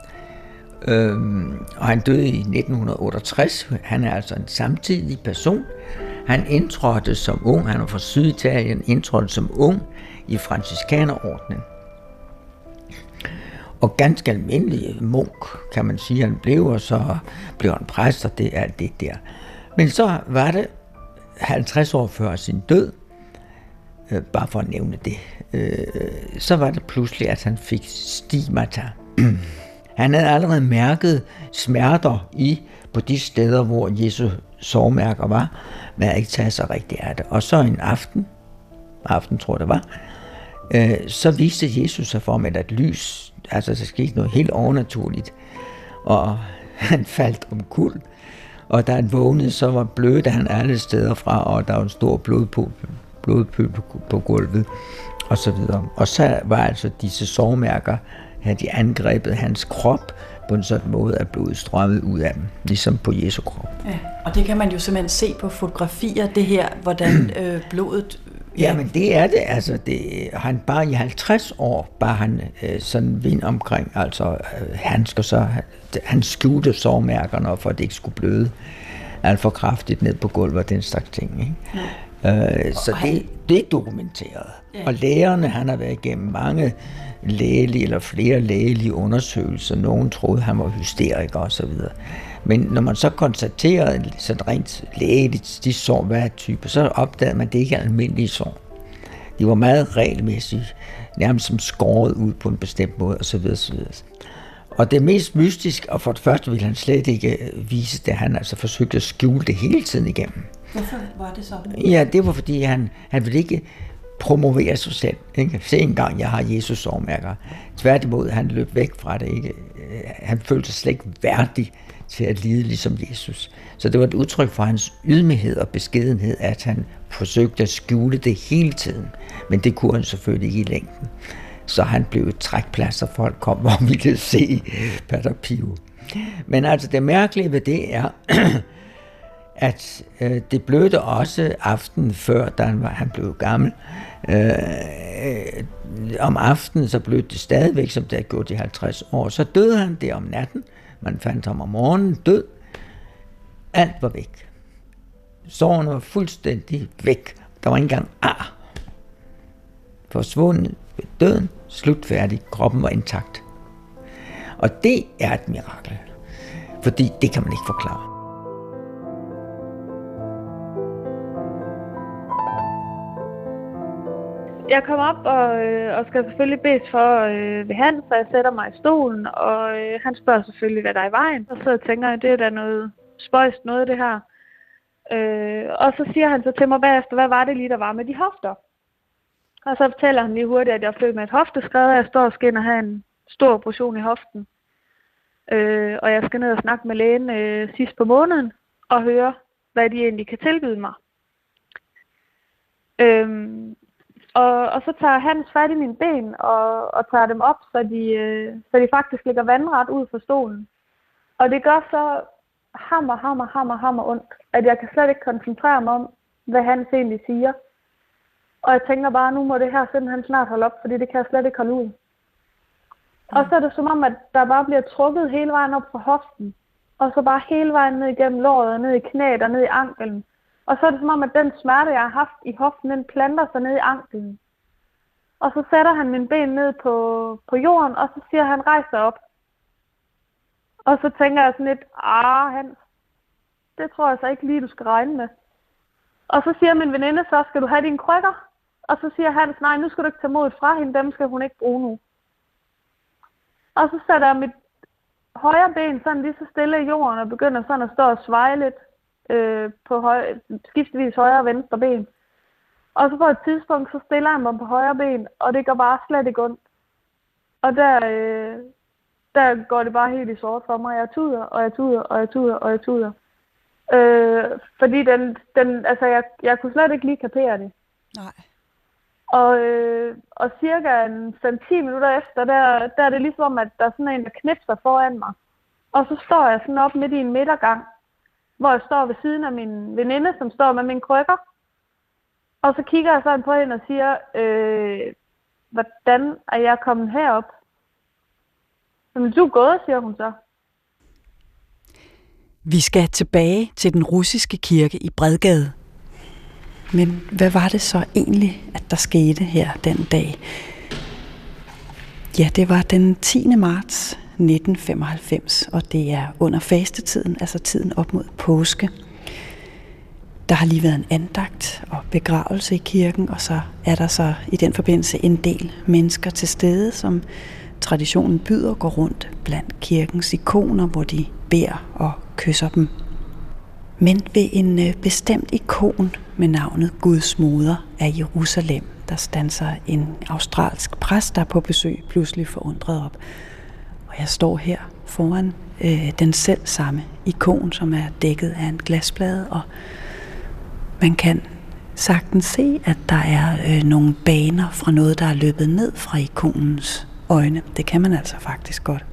og han døde i 1968. Han er altså en samtidig person. Han indtrådte som ung, han var fra Syditalien, indtrådte som ung i franciskanerordenen. Og ganske almindelig munk, kan man sige, han blev, og så blev han præst, og det er alt det der. Men så var det 50 år før sin død, bare for at nævne det, så var det pludselig, at han fik stigmata. Han havde allerede mærket smerter på de steder, hvor Jesu sårmærker var, men havde ikke taget sig rigtigt af det. Og så en aften tror jeg det var, så viste Jesus sig for med et lys, altså der skete noget helt overnaturligt, og han faldt omkuld, og da han vågnede, så var blødte han alle steder fra, og der var en stor blodpøl på gulvet, og så videre. Og så var altså disse sårmærker, havde de angrebet hans krop på en sådan måde, at blodet strømmede ud af dem, ligesom på Jesu krop. Ja, og det kan man jo simpelthen se på fotografier, det her, hvordan blodet... Ja, men det er det, altså han bare i 50 år, bare han sådan vind omkring, altså han skjulte sårmærkerne, for at det ikke skulle bløde alt for kraftigt ned på gulvet og den slags ting, ikke? Ja. Så det er dokumenteret. Ja. Og lægerne, han har været igennem mange lægelige eller flere lægelige undersøgelser. Nogen troede, han var hysteriker og så videre. Men når man så konstaterede sådan rent lægeligt, de sår hver type, så opdagede man, at det ikke er almindelige sår. De var meget regelmæssigt, nærmest som skåret ud på en bestemt måde og så videre, så videre. Og det mest mystiske, og for det første ville han slet ikke vise det, han altså forsøgte at skjule det hele tiden igennem. Hvorfor var det sådan? Ja, det var fordi han ville ikke promovere sig selv. Ikke? Se engang, jeg har Jesus sårmærker. Tværtimod, han løb væk fra det. Ikke? Han følte sig slet ikke værdig til at lide ligesom Jesus. Så det var et udtryk for hans ydmyghed og beskedenhed, at han forsøgte at skjule det hele tiden. Men det kunne han selvfølgelig ikke i længden. Så han blev et trækplads, og folk kom og ville se Pater Pio. Men altså det mærkelige ved det er, at det blødte også aftenen før, da han blev gammel. Om aftenen så blødte det stadigvæk, som det havde gjort i 50 år. Så døde han der om natten. Man fandt ham om morgenen død. Alt var væk. Sårene var fuldstændig væk. Der var ikke engang ar. Forsvundet ved døden, slutfærdig, kroppen var intakt. Og det er et mirakel. Fordi det kan man ikke forklare. Jeg kommer op og skal selvfølgelig bedes for ved Hans, så jeg sætter mig i stolen, og han spørger selvfølgelig, hvad der er i vejen. Og så tænker jeg, det er da noget spøjst noget, det her. Og så siger han så til mig bagefter, hvad var det lige, der var med de hofter? Og så fortæller han lige hurtigt, at jeg er født med et hofteskred, og jeg står og skal ind og have en stor operation i hoften. Og jeg skal ned og snakke med lægen sidst på måneden, og høre, hvad de egentlig kan tilbyde mig. Og så tager Hans fat i mine ben og tager dem op, så de faktisk ligger vandret ud for stolen. Og det gør så hammer ondt, at jeg kan slet ikke koncentrere mig om, hvad Hans egentlig siger. Og jeg tænker bare, nu må det her simpelthen snart holde op, fordi det kan jeg slet ikke holde ud. Og så er det som om, at der bare bliver trukket hele vejen op fra hoften. Og så bare hele vejen ned igennem låret, ned i knæet og ned i anklen. Og så er det som om, at den smerte, jeg har haft i hoften, den planter sig ned i anklen. Og så sætter han mine ben ned på jorden, og så siger han, rejs dig op. Og så tænker jeg sådan lidt, Hans, det tror jeg så ikke lige, du skal regne med. Og så siger min veninde, så skal du have dine krykker? Og så siger Hans, nej, nu skal du ikke tage modet fra hende, dem skal hun ikke bruge nu. Og så sætter jeg mit højre ben sådan lige så stille i jorden, og begynder sådan at stå og sveje lidt på skiftevis højre og venstre ben. Og så på et tidspunkt, så stiller jeg mig på højre ben, og det går bare slet ikke ondt. Og der går det bare helt i sort for mig. Jeg tuder. Fordi jeg kunne slet ikke lige kapere det. Nej. Og cirka 5-10 minutter efter, der er det ligesom, at der er sådan en, der knipser foran mig. Og så står jeg sådan op midt i en midtergang, hvor jeg står ved siden af min veninde, som står med mine krykker. Og så kigger jeg sådan på hende og siger, hvordan er jeg kommet herop? Men du er gået, siger hun så. Vi skal tilbage til den russiske kirke i Bredgade. Men hvad var det så egentlig, at der skete her den dag? Ja, det var den 10. marts 1995, og det er under fastetiden, altså tiden op mod påske. Der har lige været en andagt og begravelse i kirken, og så er der så i den forbindelse en del mennesker til stede, som traditionen byder går rundt blandt kirkens ikoner, hvor de beder og kysser dem. Men ved en bestemt ikon med navnet Guds moder af Jerusalem, der standser en australsk præst, der er på besøg, pludselig forundret op. Og jeg står her foran den selv samme ikon, som er dækket af en glasplade, og man kan sagtens se, at der er nogle baner fra noget, der er løbet ned fra ikonens øjne. Det kan man altså faktisk godt.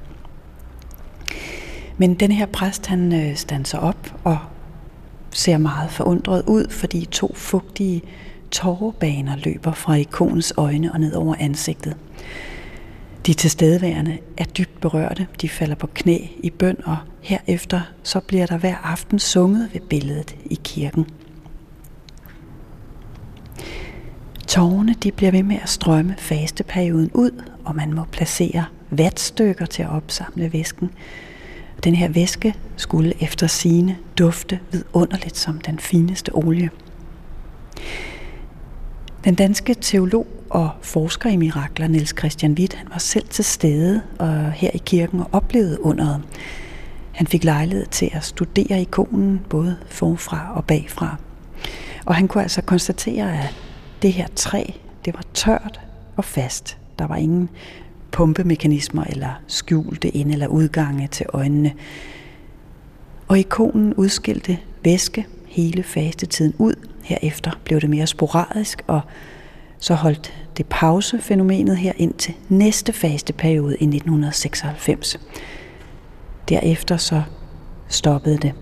Men den her præst, han standser op og ser meget forundret ud, fordi 2 fugtige tårebaner løber fra ikonens øjne og ned over ansigtet. De tilstedeværende er dybt berørte. De falder på knæ i bøn, og herefter så bliver der hver aften sunget ved billedet i kirken. Tårerne de bliver ved med at strømme fasteperioden ud, og man må placere vatstykker til at opsamle væsken. Den her væske skulle efter sigende dufte vidunderligt som den fineste olie. Den danske teolog og forsker i mirakler, Niels Christian Hvidt, han var selv til stede her i kirken og oplevede underet. Han fik lejlighed til at studere ikonen både forfra og bagfra. Og han kunne altså konstatere, at det her træ, det var tørt og fast. Der var ingen pumpemekanismer eller skjulte ind- eller udgange til øjnene. Og ikonen udskilte væske hele fastetiden ud. Herefter blev det mere sporadisk, og så holdt det pausefænomenet her ind til næste fasteperiode i 1996. Derefter så stoppede det.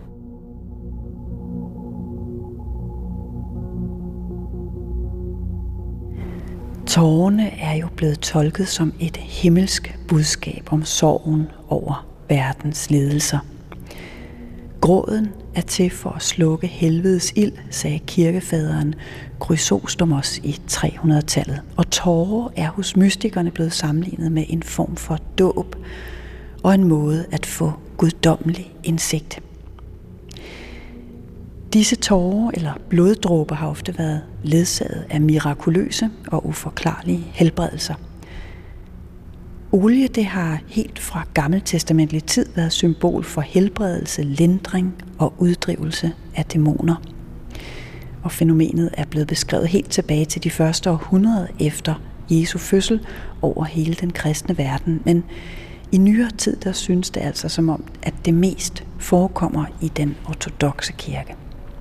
Tårerne er jo blevet tolket som et himmelsk budskab om sorgen over verdens lidelser. Gråden er til for at slukke helvedes ild, sagde kirkefaderen Chrysostomos i 300-tallet. Og tårer er hos mystikerne blevet sammenlignet med en form for dåb og en måde at få guddommelig indsigt. Disse tårer eller bloddråber har ofte været ledsaget af mirakuløse og uforklarlige helbredelser. Olie, det har helt fra gammeltestamentlig tid været symbol for helbredelse, lindring og uddrivelse af dæmoner. Og fænomenet er blevet beskrevet helt tilbage til de første århundreder efter Jesu fødsel over hele den kristne verden. Men i nyere tid, der synes det altså som om, at det mest forekommer i den ortodokse kirke.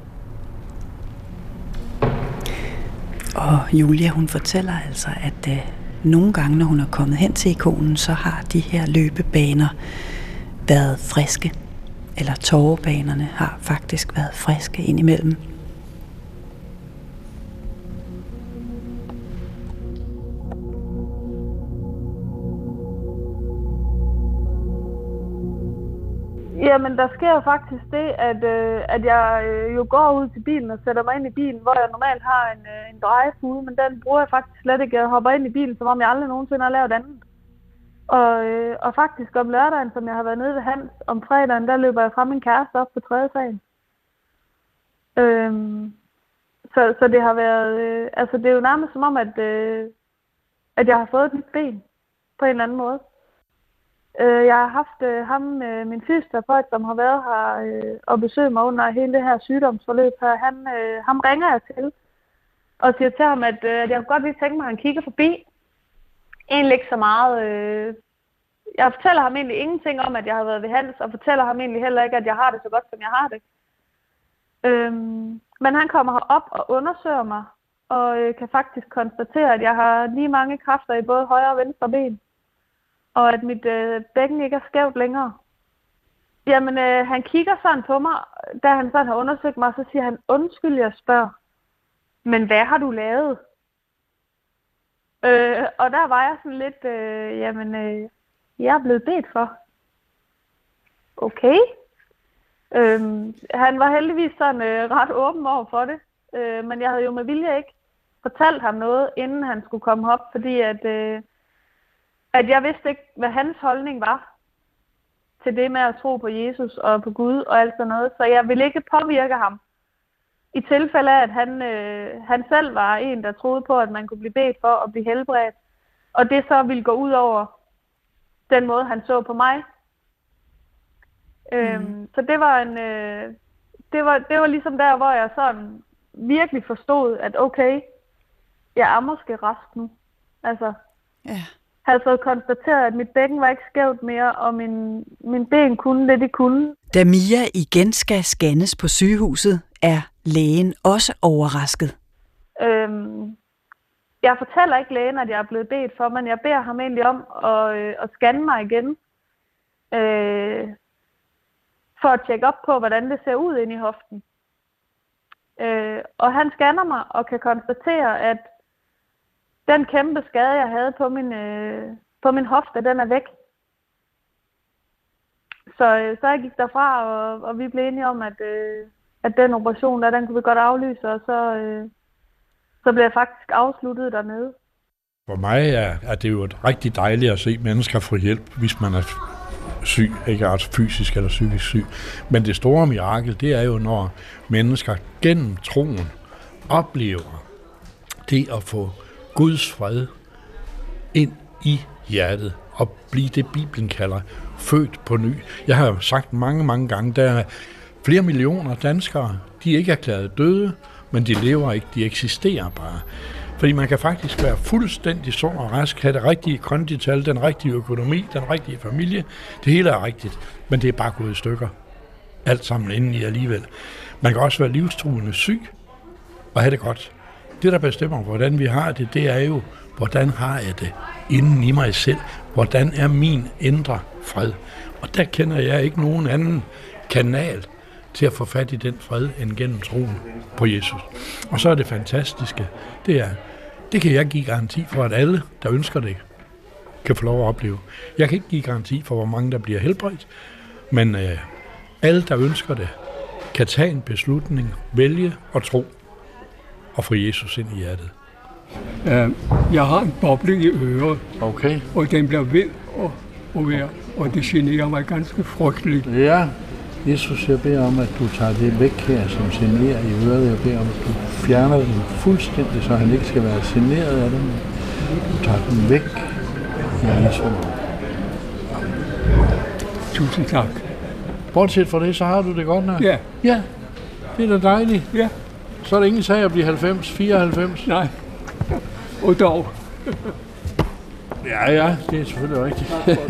Og Julia, hun fortæller altså, at nogle gange, når hun er kommet hen til ikonen, så har de her løbebaner været friske. Eller tårebanerne har faktisk været friske indimellem. Jamen, der sker jo faktisk det, at jeg jo går ud til bilen og sætter mig ind i bilen, hvor jeg normalt har en drejefude, men den bruger jeg faktisk slet ikke. Jeg hopper ind i bilen, som om jeg aldrig nogensinde har lavet andet. Og faktisk om lørdagen, som jeg har været nede ved Hans, om fredagen, der løber jeg fra min kæreste op på 3. sal. Så det har været, altså det er jo nærmest som om, at jeg har fået et nyt ben på en eller anden måde. Jeg har haft min fysioterapeut, som har været her og besøgt mig under hele det her sygdomsforløb her. Ham ringer jeg til og siger til ham, at jeg kunne godt lige tænke mig, at han kigger forbi. Egentlig ikke så meget. Jeg fortæller ham egentlig ingenting om, at jeg har været ved Hans, og fortæller ham egentlig heller ikke, at jeg har det så godt, som jeg har det. Men han kommer herop og undersøger mig, og kan faktisk konstatere, at jeg har lige mange kræfter i både højre og venstre ben. Og at mit bækken ikke er skævt længere. Jamen, han kigger sådan på mig, da han sådan har undersøgt mig, så siger han, undskyld, jeg spørger, men hvad har du lavet? Og der var jeg sådan lidt, jeg er blevet bedt for. Okay. Han var heldigvis sådan ret åben over for det, men jeg havde jo med vilje ikke fortalt ham noget, inden han skulle komme op, fordi at jeg vidste ikke, hvad hans holdning var til det med at tro på Jesus og på Gud og alt sådan noget. Så jeg ville ikke påvirke ham. I tilfælde af, at han selv var en, der troede på, at man kunne blive bedt for at blive helbredt. Og det så ville gå ud over den måde, han så på mig. Så det var det var ligesom der, hvor jeg sådan virkelig forstod, at okay, jeg er måske rask nu. Altså, ja. Havde fået konstateret, at mit bækken var ikke skævt mere, og min ben kunne det, de kunne. Da Mia igen skal scannes på sygehuset, er lægen også overrasket. Jeg fortæller ikke lægen, at jeg er blevet bedt for, men jeg beder ham egentlig om at scanne mig igen. For at tjekke op på, hvordan det ser ud inde i hoften. Og han scanner mig og kan konstatere, at den kæmpe skade, jeg havde på min hofte, den er væk. Så jeg gik derfra, og vi blev enige om, at den operation der, den kunne vi godt aflyse, og så blev jeg faktisk afsluttet dernede. For mig er det jo rigtig dejligt at se mennesker få hjælp, hvis man er syg, ikke altså fysisk eller psykisk syg. Men det store mirakel, det er jo, når mennesker gennem troen oplever det at få Guds fred ind i hjertet og blive det, Bibelen kalder født på ny. Jeg har sagt mange gange, der er flere millioner danskere, de er ikke erklæret døde, men de lever ikke, de eksisterer bare. Fordi man kan faktisk være fuldstændig sund og rask, have det rigtige kondital, den rigtige økonomi, den rigtige familie. Det hele er rigtigt, men det er bare gået i stykker. Alt sammen indeni alligevel. Man kan også være livstruende syg og have det godt. Det, der bestemmer, hvordan vi har det, det er jo, hvordan har jeg det inden i mig selv? Hvordan er min indre fred? Og der kender jeg ikke nogen anden kanal til at få fat i den fred, end gennem troen på Jesus. Og så er det fantastiske, det kan jeg give garanti for, at alle, der ønsker det, kan få lov at opleve. Jeg kan ikke give garanti for, hvor mange, der bliver helbredt, men alle, der ønsker det, kan tage en beslutning, vælge og tro, og få Jesus ind i hjertet. Jeg har en bobling i øret, okay. Og den bliver ved at være, og det generer mig ganske frygteligt. Ja. Jesus, jeg beder om, at du tager det væk her, som generer i øret. Jeg beder om, at du fjerner den fuldstændig, så han ikke skal være generet af den. Du tager den væk i Jesu navn. Tusind tak. Bortset fra det, så har du det godt nok. Ja. Ja, det er da dejligt. Ja. Så er der ingen sag at blive 90, 94. Nej. Og dog. Ja, det er selvfølgelig rigtigt.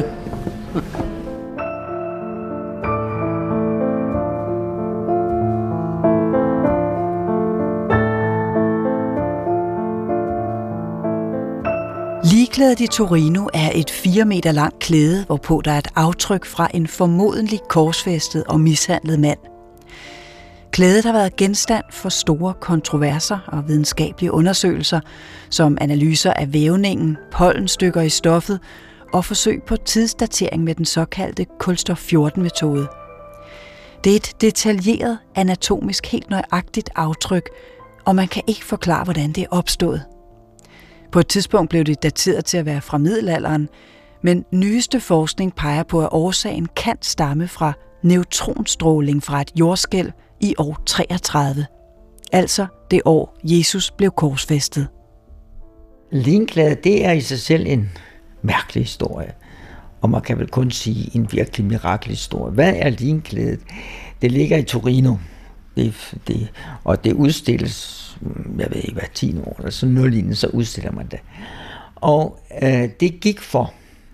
Ligklædet i Torino er et 4 meter langt klæde, hvorpå der er et aftryk fra en formodentlig korsfæstet og mishandlet mand. Klædet har været genstand for store kontroverser og videnskabelige undersøgelser, som analyser af vævningen, pollenstykker i stoffet og forsøg på tidsdatering med den såkaldte kulstof-14-metode. Det er et detaljeret, anatomisk helt nøjagtigt aftryk, og man kan ikke forklare, hvordan det er opstået. På et tidspunkt blev det dateret til at være fra middelalderen, men nyeste forskning peger på, at årsagen kan stamme fra neutronstråling fra et jordskælv i år 33. Altså det år, Jesus blev korsfæstet. Linklædet, det er i sig selv en mærkelig historie, og man kan vel kun sige en virkelig mirakelhistorie. Hvad er linklædet? Det ligger i Torino, og det udstilles, jeg ved ikke hvad, 10 år, eller så noget lignende, så udstiller man det. Og det gik for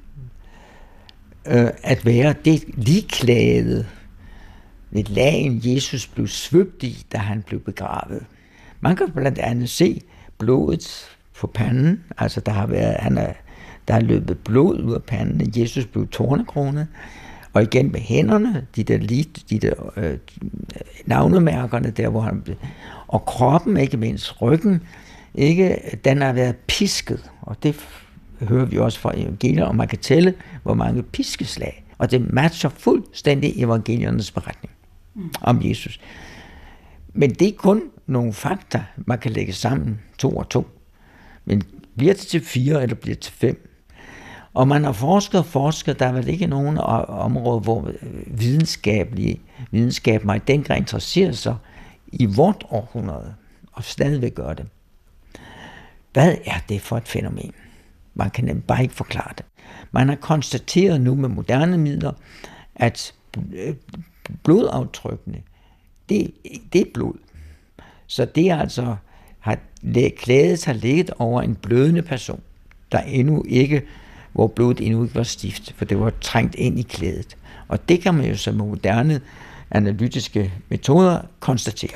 at være det ligklæde, et lagen Jesus blev svøbt i, da han blev begravet. Man kan blandt andet se blodet på panden, altså der har løbet blod ud af panden, Jesus blev tornekronet, og igen med hænderne, de der navnemærkerne der, hvor han blev, og kroppen, ikke mindst ryggen, den har været pisket, og det hører vi også fra evangelier, og man kan tælle, hvor mange piskeslag, og det matcher fuldstændig evangeliernes beretning om Jesus. Men det er kun nogle fakta, man kan lægge sammen 2 og 2. Men bliver det til 4, eller bliver det til 5? Og man har forsket, der er vel ikke nogen områder, hvor videnskaben i den grad interesserer sig i vort århundrede, og stadigvæk gør det. Hvad er det for et fænomen? Man kan nemlig bare ikke forklare det. Man har konstateret nu med moderne midler, at blodaftrykkene, det er blod. Så det er altså, klædet har ligget over en blødende person, hvor blodet endnu ikke var stift, for det var trængt ind i klædet. Og det kan man jo så med moderne analytiske metoder konstatere.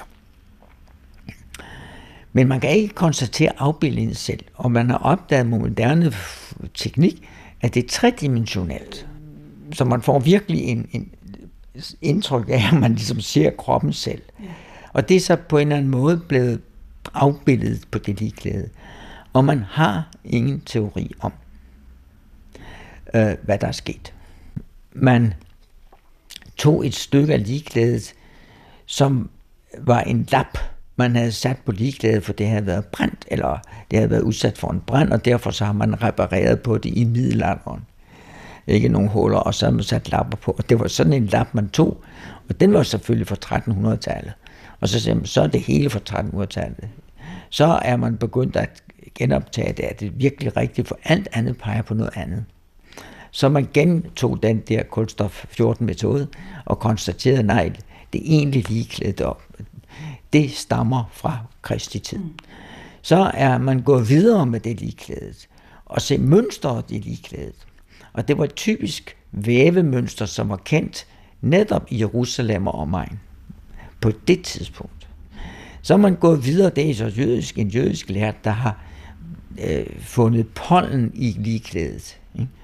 Men man kan ikke konstatere afbildningen selv, og man har opdaget med moderne teknik, at det er tredimensionelt. Så man får virkelig en indtryk af, at man ligesom ser kroppen selv. Og det er så på en eller anden måde blevet afbildet på det ligklæde. Og man har ingen teori om, hvad der er sket. Man tog et stykke af ligklædet, som var en lap, man havde sat på ligklædet, for det havde været brændt, eller det havde været udsat for en brand, og derfor så har man repareret på det i middelalderen. Ikke nogen huller, og så har man sat lapper på, og det var sådan en lap, man tog, og den var selvfølgelig fra 1300-tallet. Og så er det hele fra 1300-tallet. Så er man begyndt at genoptage det, at det er virkelig rigtigt, for alt andet peger på noget andet. Så man gentog den der kulstof-14-metode og konstaterede, nej, det egentlig ligklædet op. Det stammer fra Kristi tid. Så er man gået videre med det ligklædet og se mønstret i ligklædet. Og det var et typisk vævemønster, som var kendt netop i Jerusalem og omegn på det tidspunkt. Så er man gået videre, det er så en jødisk lært, der har fundet pollen i ligklædet.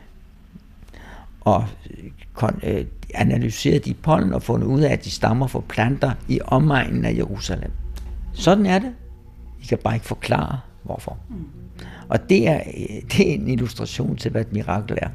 Og analyseret de pollen og fundet ud af, at de stammer fra planter i omegnen af Jerusalem. Sådan er det. I kan bare ikke forklare, hvorfor. Og det er en illustration til, hvad et mirakel er.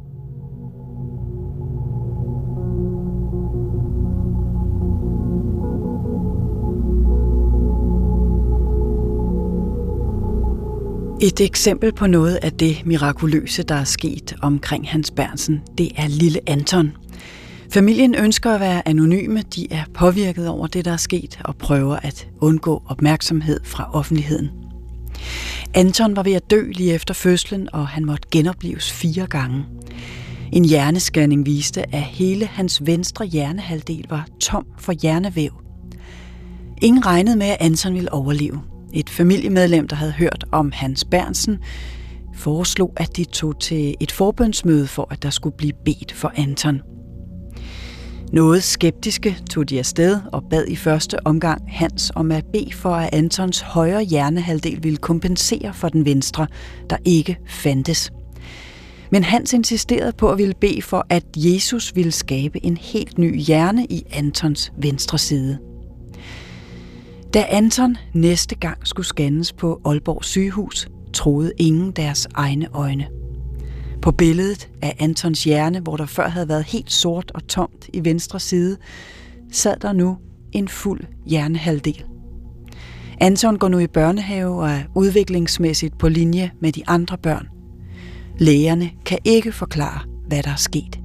Et eksempel på noget af det mirakuløse, der er sket omkring Hans Berntsen, det er lille Anton. Familien ønsker at være anonyme, de er påvirket over det, der er sket, og prøver at undgå opmærksomhed fra offentligheden. Anton var ved at dø lige efter fødslen, og han måtte genoplives 4 gange. En hjernescanning viste, at hele hans venstre hjernehalvdel var tom for hjernevæv. Ingen regnede med, at Anton ville overleve. Et familiemedlem, der havde hørt om Hans Berntsen, foreslog, at de tog til et forbønsmøde for, at der skulle blive bedt for Anton. Noget skeptiske tog de afsted og bad i første omgang Hans om at bede for, at Antons højre hjernehalvdel ville kompensere for den venstre, der ikke fandtes. Men Hans insisterede på at ville bede for, at Jesus ville skabe en helt ny hjerne i Antons venstre side. Da Anton næste gang skulle scannes på Aalborg sygehus, troede ingen deres egne øjne. På billedet af Antons hjerne, hvor der før havde været helt sort og tomt i venstre side, sad der nu en fuld hjernehalvdel. Anton går nu i børnehave og er udviklingsmæssigt på linje med de andre børn. Lægerne kan ikke forklare, hvad der er sket.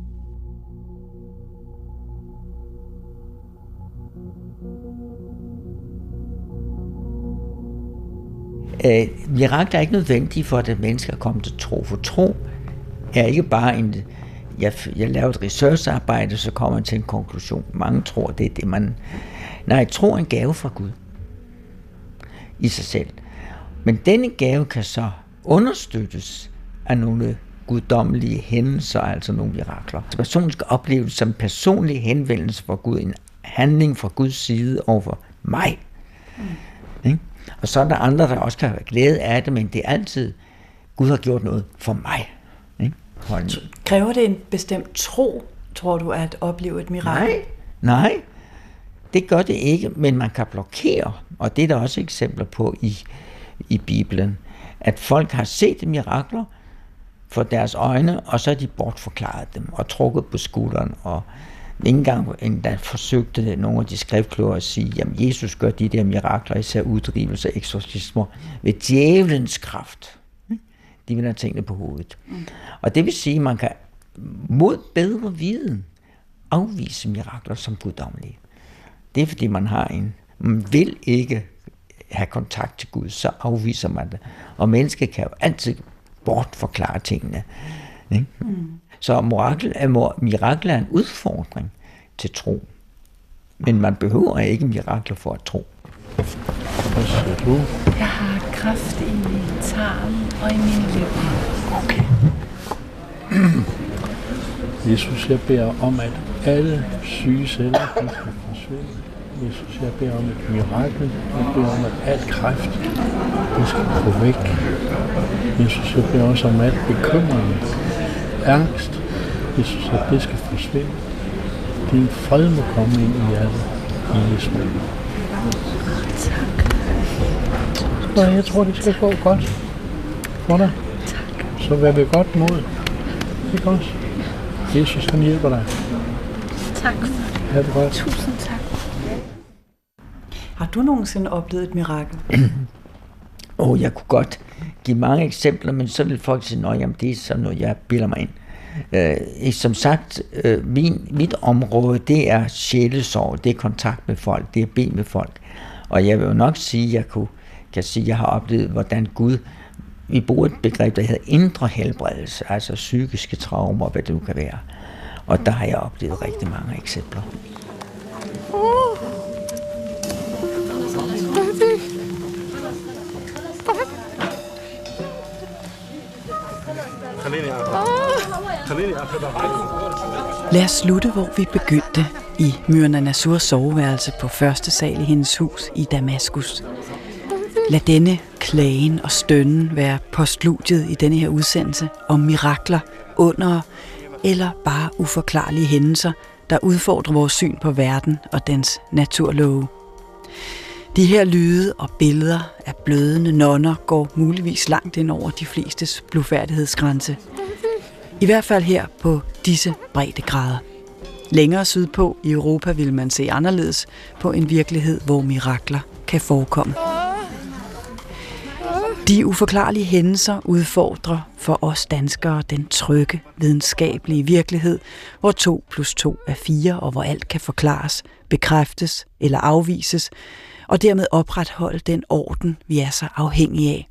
Mirakler er ikke nødvendige for, at mennesker kommer til tro. For tro er ikke bare en... Jeg laver et researcharbejde, så kommer man til en konklusion. Mange tror, det er det, man... Nej, tro er en gave fra Gud i sig selv. Men denne gave kan så understøttes af nogle guddommelige hændelser, altså nogle mirakler. Personen skal opleves som personlig henvendelse fra Gud, en handling fra Guds side over mig. Ikke? Og så er der andre, der også kan have glæde af det, men det er altid, Gud har gjort noget for mig. Ikke? Kræver det en bestemt tro, tror du, at opleve et mirakel? Nej, det gør det ikke, men man kan blokere, og det er der også eksempler på i Bibelen, at folk har set mirakler for deres øjne, og så har de bortforklaret dem og trukket på skulderen, og ikke engang endda forsøgte nogle af de skriftkloge at sige, jamen Jesus gør de der mirakler, især uddrivelse og eksorcismer, ved djævelens kraft. De vil have tingene på hovedet. Og det vil sige, at man kan mod bedre viden afvise mirakler som guddommelige. Det er fordi man vil ikke have kontakt til Gud, så afviser man det. Og mennesket kan jo altid bortforklare tingene. Ikke? Så mirakler er en udfordring til tro. Men man behøver ikke mirakler for at tro. Hvad siger du? Jeg har kræft i min tarm og i min lever. Okay. Jesus, jeg beder om, at alle syge celler skal forsvinde. Jesus, jeg beder om et mirakel. Jeg beder om, at al kræft det skal gå væk. Jesus, jeg beder også om, at bekymring, angst, Jesus, at det skal forsvinde. Din fred må komme ind i hjertet. I Jesu navn. Tak. Så jeg tror, det skal gå godt for dig. Tak. Så vær ved godt mod. Ikke også? Jesus, han hjælper dig. Tak. Ha' det godt. Tusind tak. Har du nogensinde oplevet et mirakel? Jeg kunne godt give mange eksempler, men så vil folk sige, jamen det er sådan noget, jeg bilder mig ind. Som sagt, mit område, det er sjælesorg, det er kontakt med folk, det er bede med folk. Og jeg vil jo nok sige, jeg har oplevet, hvordan Gud, vi bruger et begreb, der hedder indre helbredelse, altså psykiske traumer, hvad det nu kan være. Og der har jeg oplevet rigtig mange eksempler. Lad os slutte, hvor vi begyndte, i Myrna Nasurs soveværelse på første sal i hendes hus i Damaskus. Lad denne klagen og stønnen være postludiet i denne her udsendelse om mirakler, under eller bare uforklarlige hændelser, der udfordrer vores syn på verden og dens naturlove. De her lyde og billeder af blødende nonner går muligvis langt ind over de flestes blufærdighedsgrænse. I hvert fald her på disse breddegrader. Længere sydpå i Europa vil man se anderledes på en virkelighed, hvor mirakler kan forekomme. De uforklarlige hændelser udfordrer for os danskere den trygge, videnskabelige virkelighed, hvor 2 + 2 er 4, og hvor alt kan forklares, bekræftes eller afvises, og dermed opretholde den orden, vi er så afhængige af.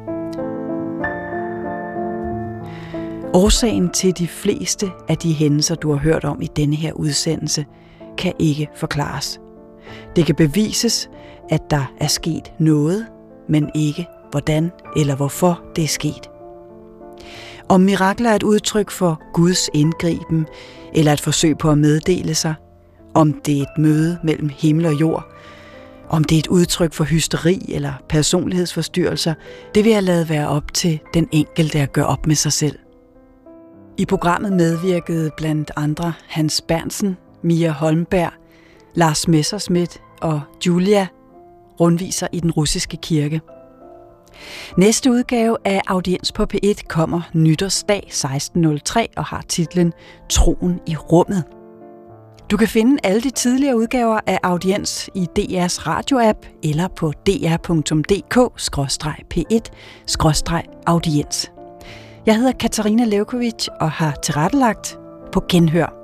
Årsagen til de fleste af de hændelser, du har hørt om i denne her udsendelse, kan ikke forklares. Det kan bevises, at der er sket noget, men ikke hvordan eller hvorfor det er sket. Om mirakler er et udtryk for Guds indgriben eller et forsøg på at meddele sig, om det er et møde mellem himmel og jord, om det er et udtryk for hysteri eller personlighedsforstyrrelser, det vil jeg lade være op til den enkelte at gøre op med sig selv. I programmet medvirkede blandt andre Hans Berntsen, Mia Holmberg, Lars Messerschmidt og Julia, rundviser i den russiske kirke. Næste udgave af Audiens på P1 kommer nytårsdag 1603 og har titlen Troen i rummet. Du kan finde alle de tidligere udgaver af Audiens i DR's radioapp eller på dr.dk/p1/audiens. Jeg hedder Katarina Levkovich og har tilrettelagt på genhør.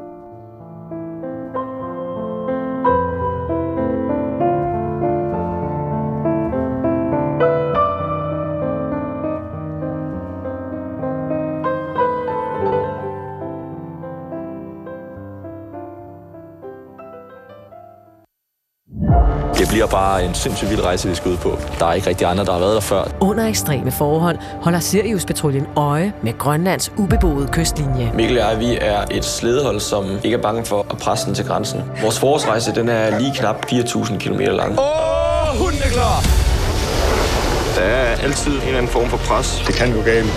Det bliver bare en sindssygt vild rejse, vi skal ud på. Der er ikke rigtig andre, der har været der før. Under ekstreme forhold holder Sirius-patruljen øje med Grønlands ubeboede kystlinje. Mikkel og jeg, vi er et slædehold, som ikke er bange for at presse den til grænsen. Vores forårsrejse, den er lige knap 4.000 km lang. Hunden er klar! Der er altid en eller anden form for pres. Det kan gå galt.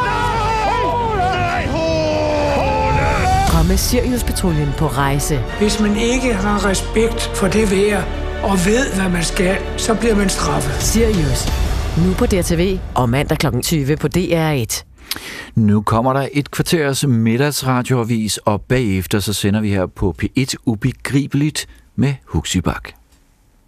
Kom med Sirius-patruljen på rejse. Hvis man ikke har respekt for det vejr, og ved, hvad man skal, så bliver man straffet. Sirius. Nu på DRTV og mandag kl. 20 på DR1. Nu kommer der et kvarters middagsradioavis, og bagefter så sender vi her på P1 Ubegribeligt med Huxi Bak.